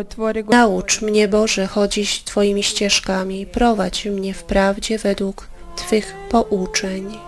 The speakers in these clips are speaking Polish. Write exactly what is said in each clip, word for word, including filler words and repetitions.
Naucz mnie, Boże, chodzić Twoimi ścieżkami, prowadź mnie w prawdzie według Twych pouczeń.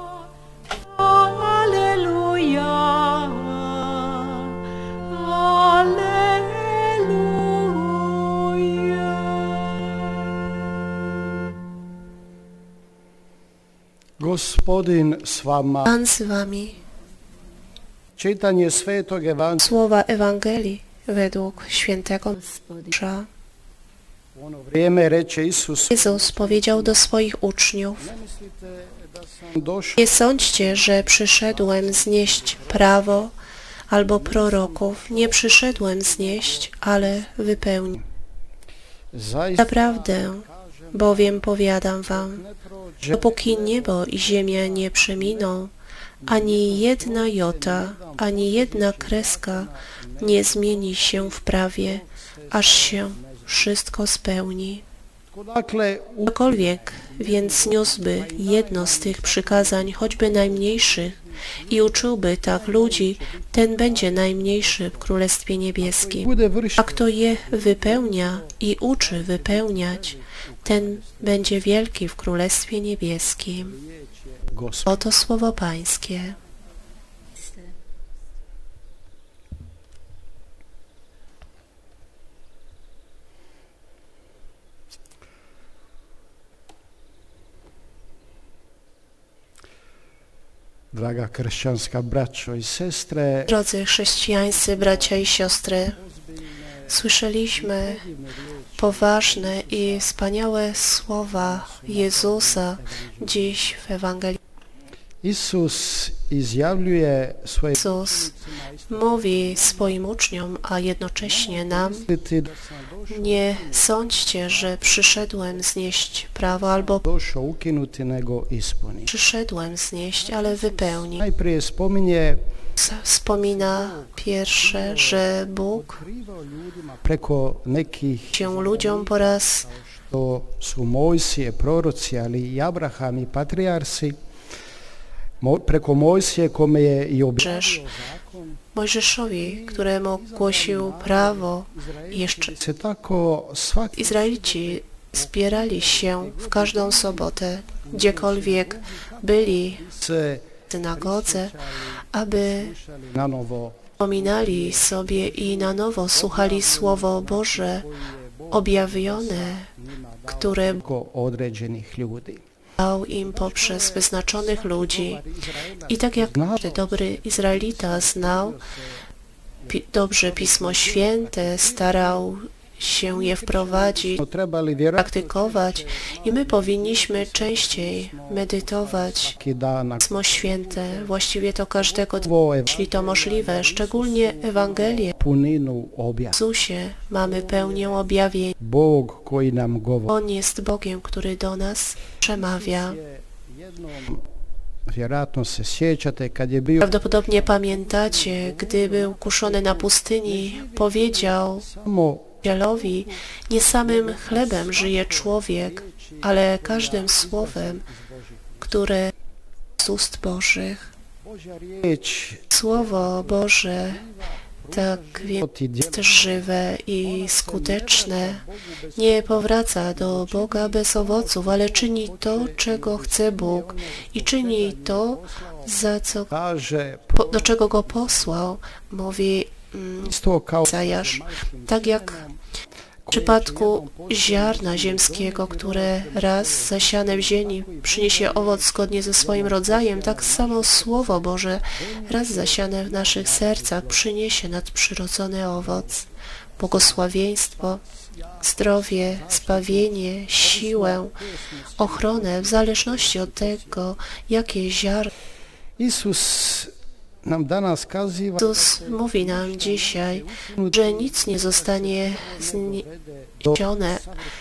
Gospodin s vama. Pan z Wami. Čitanje Svetog Evanđelja. Słowa Ewangelii według świętego Mateusza. U ono vrijeme reče Isus: Jezus powiedział do swoich uczniów: Ne mislite da sam došao Nie sądźcie, że przyszedłem znieść prawo albo proroków. Nie przyszedłem znieść, ale wypełnić. zaista Naprawdę, bowiem powiadam wam, dopóki niebo i ziemia nie przeminą, ani jedna jota, ani jedna kreska nie zmieni się w prawie, aż się wszystko spełni. Dakle, u Cokolwiek więc niósłby jedno z tych przykazań, choćby najmniejszych, i uczyłby tak ludzi, ten będzie najmniejszy w Królestwie Niebieskim. bude vršiti A kto je wypełnia i uczy wypełniać, ten będzie wielki w Królestwie Niebieskim. Gospod. Oto słowo Pańskie. Draga kršćanska braćo i sestre, Drodzy chrześcijańscy bracia i siostry, słyszeliśmy poważne i wspaniałe słowa Jezusa dziś w Ewangelii. Isus izjavljuje svoje Jezus mówi swoim uczniom, a jednocześnie nam: nie sądźcie, że przyszedłem znieść prawo albo došao ukinuti nego ispuniti. przyszedłem znieść, ale wypełnić. Najprije spominje Wspomina pierwsze, że Bóg privao ljudima preko nekih się ludziom po raz što su Mojsije, proroci, ali i Abraham i patrijarsi, Mo, preko Mojsije kome je i Rzesz objavio zakon, Mojżeszowi, któremu głosił prawo. Jeszcze se tako svaki Izraelici zbierali się w każdą sobotę, gdziekolwiek byli se w synagodze, aby na novo pominali sobie i na nowo słuchali Słowo Boże objawione, które preko određenih ljudi. dał im poprzez wyznaczonych ludzi. I tak jak każdy dobry Izraelita znał pi dobrze Pismo Święte, starał się je wprowadzić, No, trebali vjerovati praktykować, i my powinniśmy częściej medytować dan Pismo Święte, właściwie to każdego dnia, ovo jeśli to możliwe, szczególnie Ewangelię. puninu objava. W Jezusie mamy pełnię objawień. Bog koji nam govori. On jest Bogiem, który do nas przemawia. Jednom, vjerojatno se sjećate kad je bio Prawdopodobnie pamiętacie, gdy był kuszony na pustyni, powiedział samo Izraelowi: nie samym chlebem żyje człowiek, ale każdym słowem, które z ust Bożych. Božja riječ Słowo Boże tak więc jest żywe i skuteczne. Nie powraca do Boga bez owoców, ale czyni to, czego chce Bóg, i czyni to, za co, kaže po, do czego Go posłał, mówi mm, isto kao Izajasz. Tak jak w przypadku ziarna ziemskiego, które raz zasiane w ziemi przyniesie owoc zgodnie ze swoim rodzajem, tak samo Słowo Boże raz zasiane w naszych sercach przyniesie nadprzyrodzony owoc, błogosławieństwo, zdrowie, zbawienie, siłę, ochronę, w zależności od tego, jakie ziarno. Isus nam danas kaziva Jezus mówi nam dzisiaj, że nic nie zostanie zniesione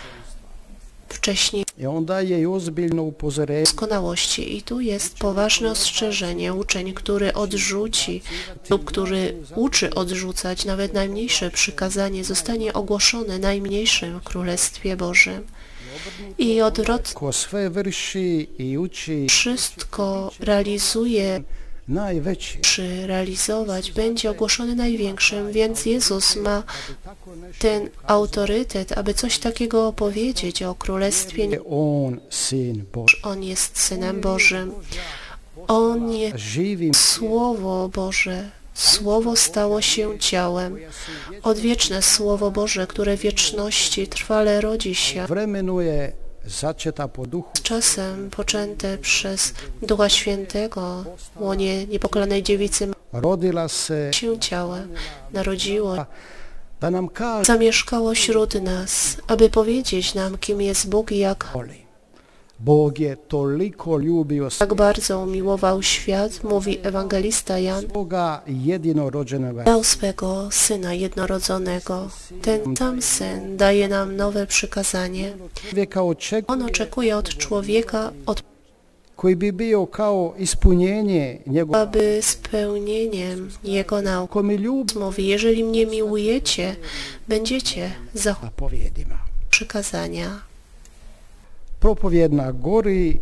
wcześniej i onda je i ozbiljno upozorenje doskonałości. I tu jest poważne ostrzeżenie. Uczeń, który odrzuci lub który uczy odrzucać nawet najmniejsze przykazanie, zostanie ogłoszony najmniejszym w Królestwie Bożym. I odwrotnie ko sve vrši i uči wszystko realizuje najveći. realizować, będzie ogłoszony największym, więc Jezus ma ten autorytet, aby coś takiego powiedzieć o Królestwie. Je on sin Boži. On jest Synem Bożym. On jest Živim Słowo Boże. Słowo stało się ciałem. Odwieczne Słowo Boże, które w wieczności trwale rodzi się. vremenu je začeta po duhu. Z czasem poczęte przez Ducha Świętego w łonie niepokalanej dziewicy Rodila se się ciałem, narodziło, da nam kaže zamieszkało wśród nas, aby powiedzieć nam, kim jest Bóg i jak voli. Bog je toliko ljubio tak bardzo umiłował świat, mówi ewangelista Jan, svoga jedinorođenoga. dał swego Syna jednorodzonego. Ten sam Syn daje nam nowe przykazanie. Čovjeka očekuje On oczekuje od człowieka, od koji bi bio kao ispunjenje njegova. aby spełnieniem Jego nauk. Ko mi ljubi Mówi, jeżeli mnie miłujecie, będziecie zachować zapovjedima. przykazania. Propovjedna gori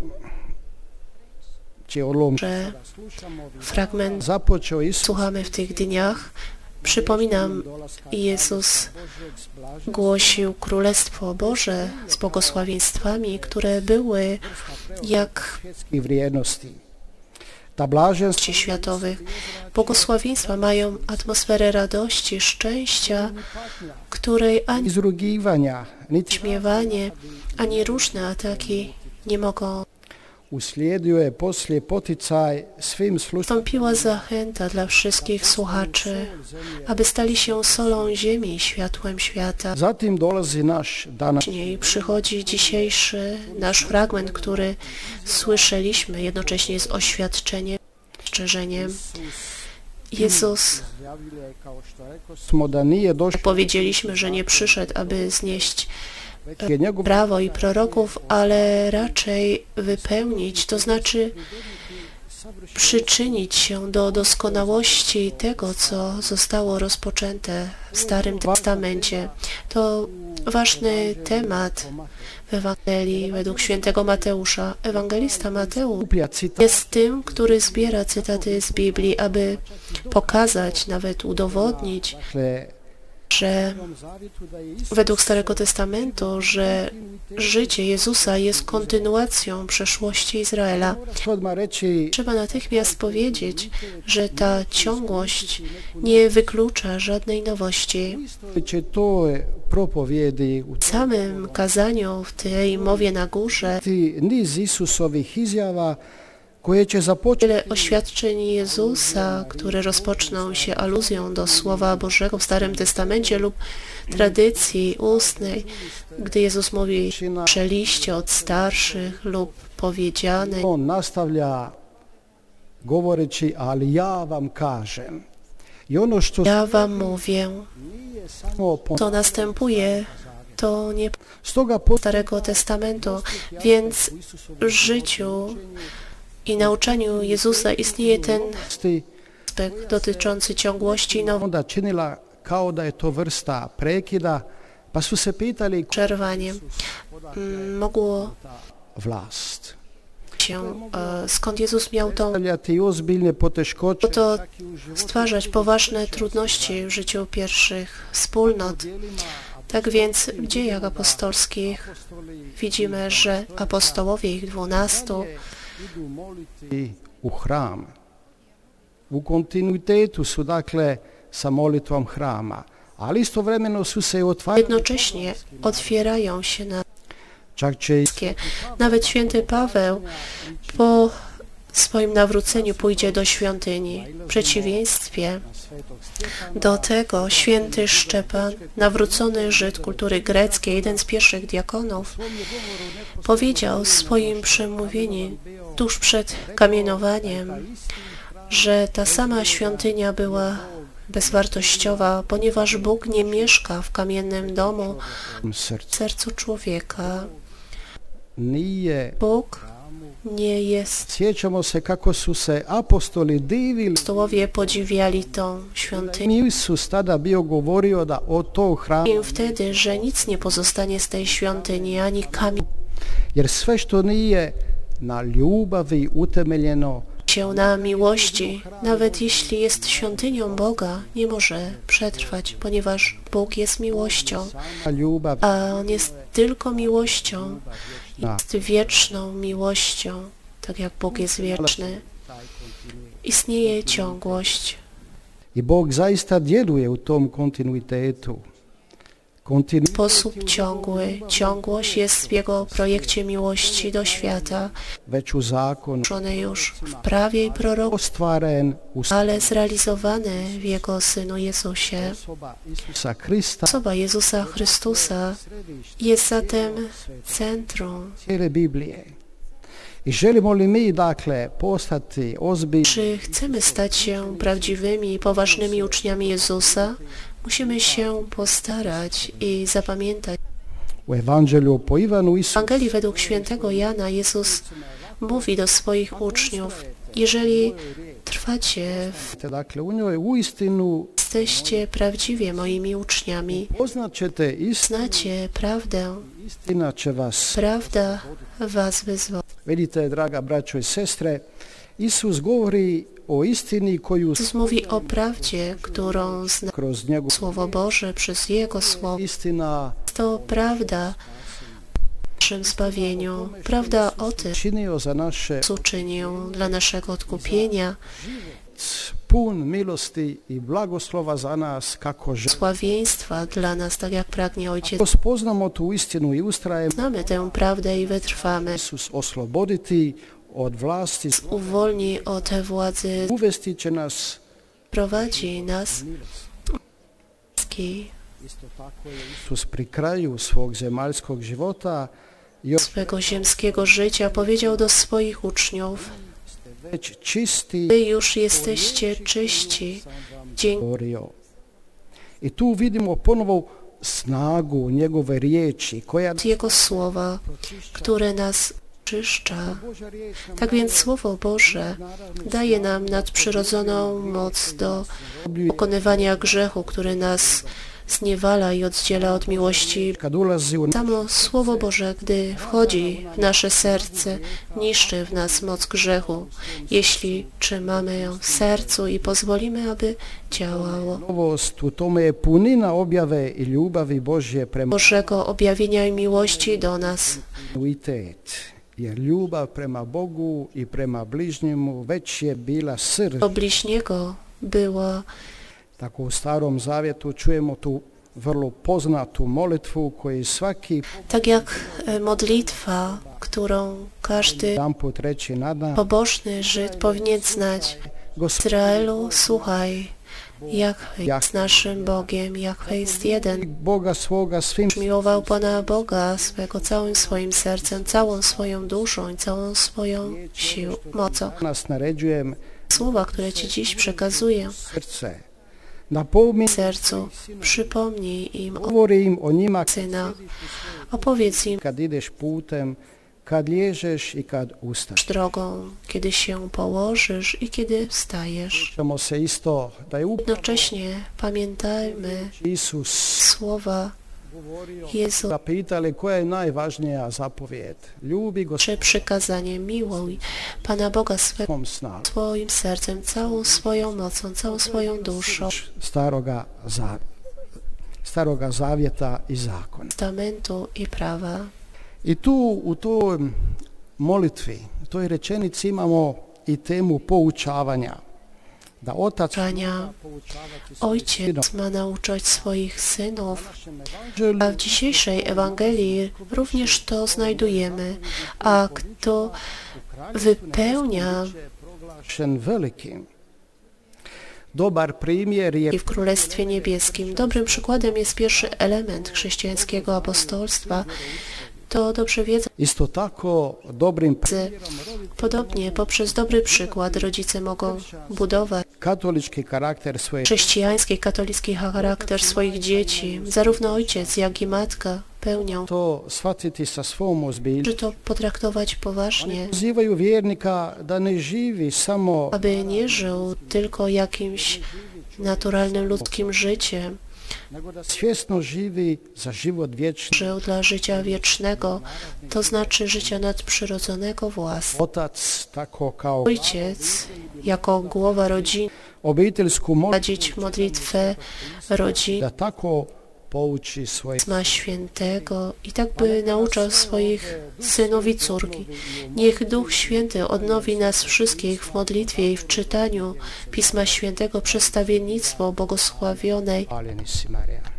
će olom Że fragment započeo Isus słuchamy w tych dniach. Przypominam, Jezus głosił Królestwo Boże z błogosławieństwami, które były jak i vrijednosti. Ta blaženstva w światowych. Błogosławieństwa mają atmosferę radości, szczęścia, której ani izrugivanja niti śmiewanie, ani różne ataki nie mogą. uslijedio je poslije poticaj svim slušateljima. Wstąpiła zachęta dla wszystkich słuchaczy, aby stali się solą ziemi i światłem świata. Zatim dolazi naš danas Później przychodzi dzisiejszy nasz fragment, który słyszeliśmy jednocześnie z oświadczeniem, strzeżeniem. Jezus, smo da nije došao powiedzieliśmy, że nie przyszedł, aby znieść je njegov prawo i proroków, ale raczej wypełnić, to znaczy przyczynić się do doskonałości tego, co zostało rozpoczęte w Starym Testamencie. To ważny temat w Ewangelii według świętego Mateusza. Ewangelista Mateusz skuplja citat jest tym, który zbiera cytaty z Biblii, aby pokazać, nawet udowodnić, dakle, że według Starego Testamentu, że życie Jezusa jest kontynuacją przeszłości Izraela. odmah reći Trzeba natychmiast powiedzieć, że ta ciągłość nie wyklucza żadnej nowości. će to propovjedi u W samym kazaniu, w tej mowie na górze, ti niz Isusovih izjava koje će započeti wiele oświadczeń Jezusa, które rozpoczną się aluzją do Słowa Bożego w Starym Testamencie lub tradycji ustnej, gdy Jezus mówi przeliście od starszych lub powiedziane. on nastavlja govoreći ali ja vam kažem. I ono što Ja wam mówię, samo po to następuje, to nie stoga po Starego Testamentu, więc w życiu i nauczaniu Jezusa istnieje ten posti aspekt dotyczący ciągłości i nowości. onda činila kao da je to vrsta prekida, pa su se pitali Przerwanie. Mm, Mogło vlast. się, e, skąd Jezus miał tą, Stavljati ozbiljne poteškoće to stwarzać poważne trudności w życiu pierwszych wspólnot. Tak więc w dziejach apostolskich widzimy, że apostołowie, ich dwunastu, idu moliti u hram. U kontinuitetu su dakle sa molitvom hrama, ali istovremeno su se i otvarali. jednocześnie otwierają się na Čak će i wszystkie. Nawet święty Paweł po swoim nawróceniu pójdzie do świątyni. W przeciwieństwie do tego święty Szczepan, nawrócony Żyd kultury greckiej, jeden z pierwszych diakonów, powiedział w swoim przemówieniu tuż przed kamienowaniem, że ta sama świątynia była bezwartościowa, ponieważ Bóg nie mieszka w kamiennym domu w srcu. sercu człowieka. Nije. Bóg nie jest. Sjećamo se kako su se apostoli divili. Apostołowie podziwiali tą świątynię. Isus tada bio govorio da od tog hrama, Im wtedy, że nic nie pozostanie z tej świątyni, ani kamień, jer sve što nije na ljubavi utemeljeno się na miłości, nawet jeśli jest świątynią Boga, nie może przetrwać, ponieważ Bóg jest miłością, a On jest tylko miłością, jest wieczną miłością, tak jak Bóg jest wieczny. Istnieje ciągłość. I Bóg zaista djeluje u tom kontinuitetu. W sposób ciągły. Ciągłość jest w Jego projekcie miłości do świata, već u zakonu, stworzone już w prawie i proroku, ostvaren u ale zrealizowane w Jego Synu Jezusie. osoba Isusa Krista, Osoba Jezusa Chrystusa jest zatem centrum. cijele Biblije. I želimo li mi, dakle, postati ozbiljni Czy chcemy stać się prawdziwymi i poważnymi uczniami Jezusa? Musimy się postarać i zapamiętać. u Ewanđelju po Ivanu W Isu, Ewangelii według świętego Jana Jezus mówi do swoich uczniów: jeżeli trwacie, w, dakle, u njoj uistinu jesteście prawdziwie moimi uczniami, poznat ćete istinu, znacie prawdę, istina će vas. prawda was wyzwoli. Vidite, draga braćo i sestre, Isus govori o istini koju Jezus mówi o prawdzie, którą zna kroz njegov Słowo Boże przez Jego Słowo. istina To prawda o naszym zbawieniu, prawda o tym, činio za naše co uczynił dla naszego odkupienia, pun milosti i blagoslova za nas kako želimo. sławieństwa dla nas, tak jak pragnie Ojciec. Ako spoznamo tu istinu i ustrajemo, Znamy tę prawdę i wytrwamy. Isus osloboditi od vlasti, Uwolni od władzy, uvesti će nas. prowadzi nas. Isto tako je Isus pri kraju svog zemaljskog života još Swego ziemskiego życia powiedział do swoich uczniów: već čisti wy już jesteście czyści dzięki govorio. I tu vidimo ponovo snagu njegove riječi koja Jego słowa, które nas oczyszcza. Tak więc Słowo Boże daje nam nadprzyrodzoną moc do pokonywania grzechu, który nas zniewala i oddziela od miłości. kad ulazi u Samo Słowo Boże, gdy wchodzi w nasze serce, niszczy w nas moc grzechu, jeśli trzymamy ją w sercu i pozwolimy, aby działało. novost, u tome je punina objave i ljubavi Božje prema Bożego objawienia i miłości do nas. kontinuitet. Jer ljubav prema Bogu i prema bližnjemu već je bila srž. Do bliźniego była, Tako u Starom Zavjetu čujemo tu vrlo poznatu molitvu koju svaki tak jak e, modlitwa, którą każdy jedanput reći na dan. pobożny Żyd powinien znać. Gospod Izraelu, słuchaj, Jahwe jest naszym Bogiem, Jahwe jest jeden. Boga svoga svim Miłował Pana Boga swego całym swoim sercem, całą swoją duszą i całą swoją siłą, mocą. nas naređujem Słowa, które Ci dziś przekazuję srce. Napomni, sercu, przypomnij im o govori im o njima Syna, opowiedz im kad ideš putem, kad liježeš i kad ustaš. drogą, kiedy się położysz i kiedy wstajesz. Ćemo se isto da je upravo Jednocześnie pamiętajmy Isus słowa Jezu, zapitali koja je najvažnija zapovjed. Ljubi czy przykazanie miłuj Pana Boga swego Gospodom snagom. swoim sercem, całą swoją mocą, całą swoją duszą, Staroga, za, staroga zavjeta i zakona. testamentu i prawa. I tu u toj molitvi, u toj rečenici imamo i temu poučavanja. Da otac Rania, Ojciec ma nauczać swoich synów, želi a w dzisiejszej Ewangelii również to znajdujemy, a kto wypełnia proglašen velikim. Dobar primjer je i w Królestwie Niebieskim. Dobrym przykładem jest pierwszy element chrześcijańskiego apostolstwa. To dobrze wiedzą. isto tako dobrim Podobnie poprzez dobry przykład rodzice mogą budować katolički karakter svoje chrześcijański, katolicki charakter swoich dzieci. Zarówno ojciec, jak i matka pełnią. to shvatiti sa svom ozbiljnošću. Czy to potraktować poważnie, Pozivaju vjernika da ne živi samo aby nie żył tylko jakimś naturalnym ludzkim życiem, nego da svjesno živi za život vječni. Żył dla życia wiecznego, to znaczy życia nadprzyrodzonego własnego. Otac tako kao Ojciec, jako głowa rodziny, obiteljsku modlitvu prowadzić modlitwę rodzin da tako pouči svoje Pisma Świętego i tak by nauczał swoich synów i córki. Niech Duch Święty odnowi nas wszystkich w modlitwie i w czytaniu Pisma Świętego przez stawiennictwo błogosławionej Hvaljeni si Marija.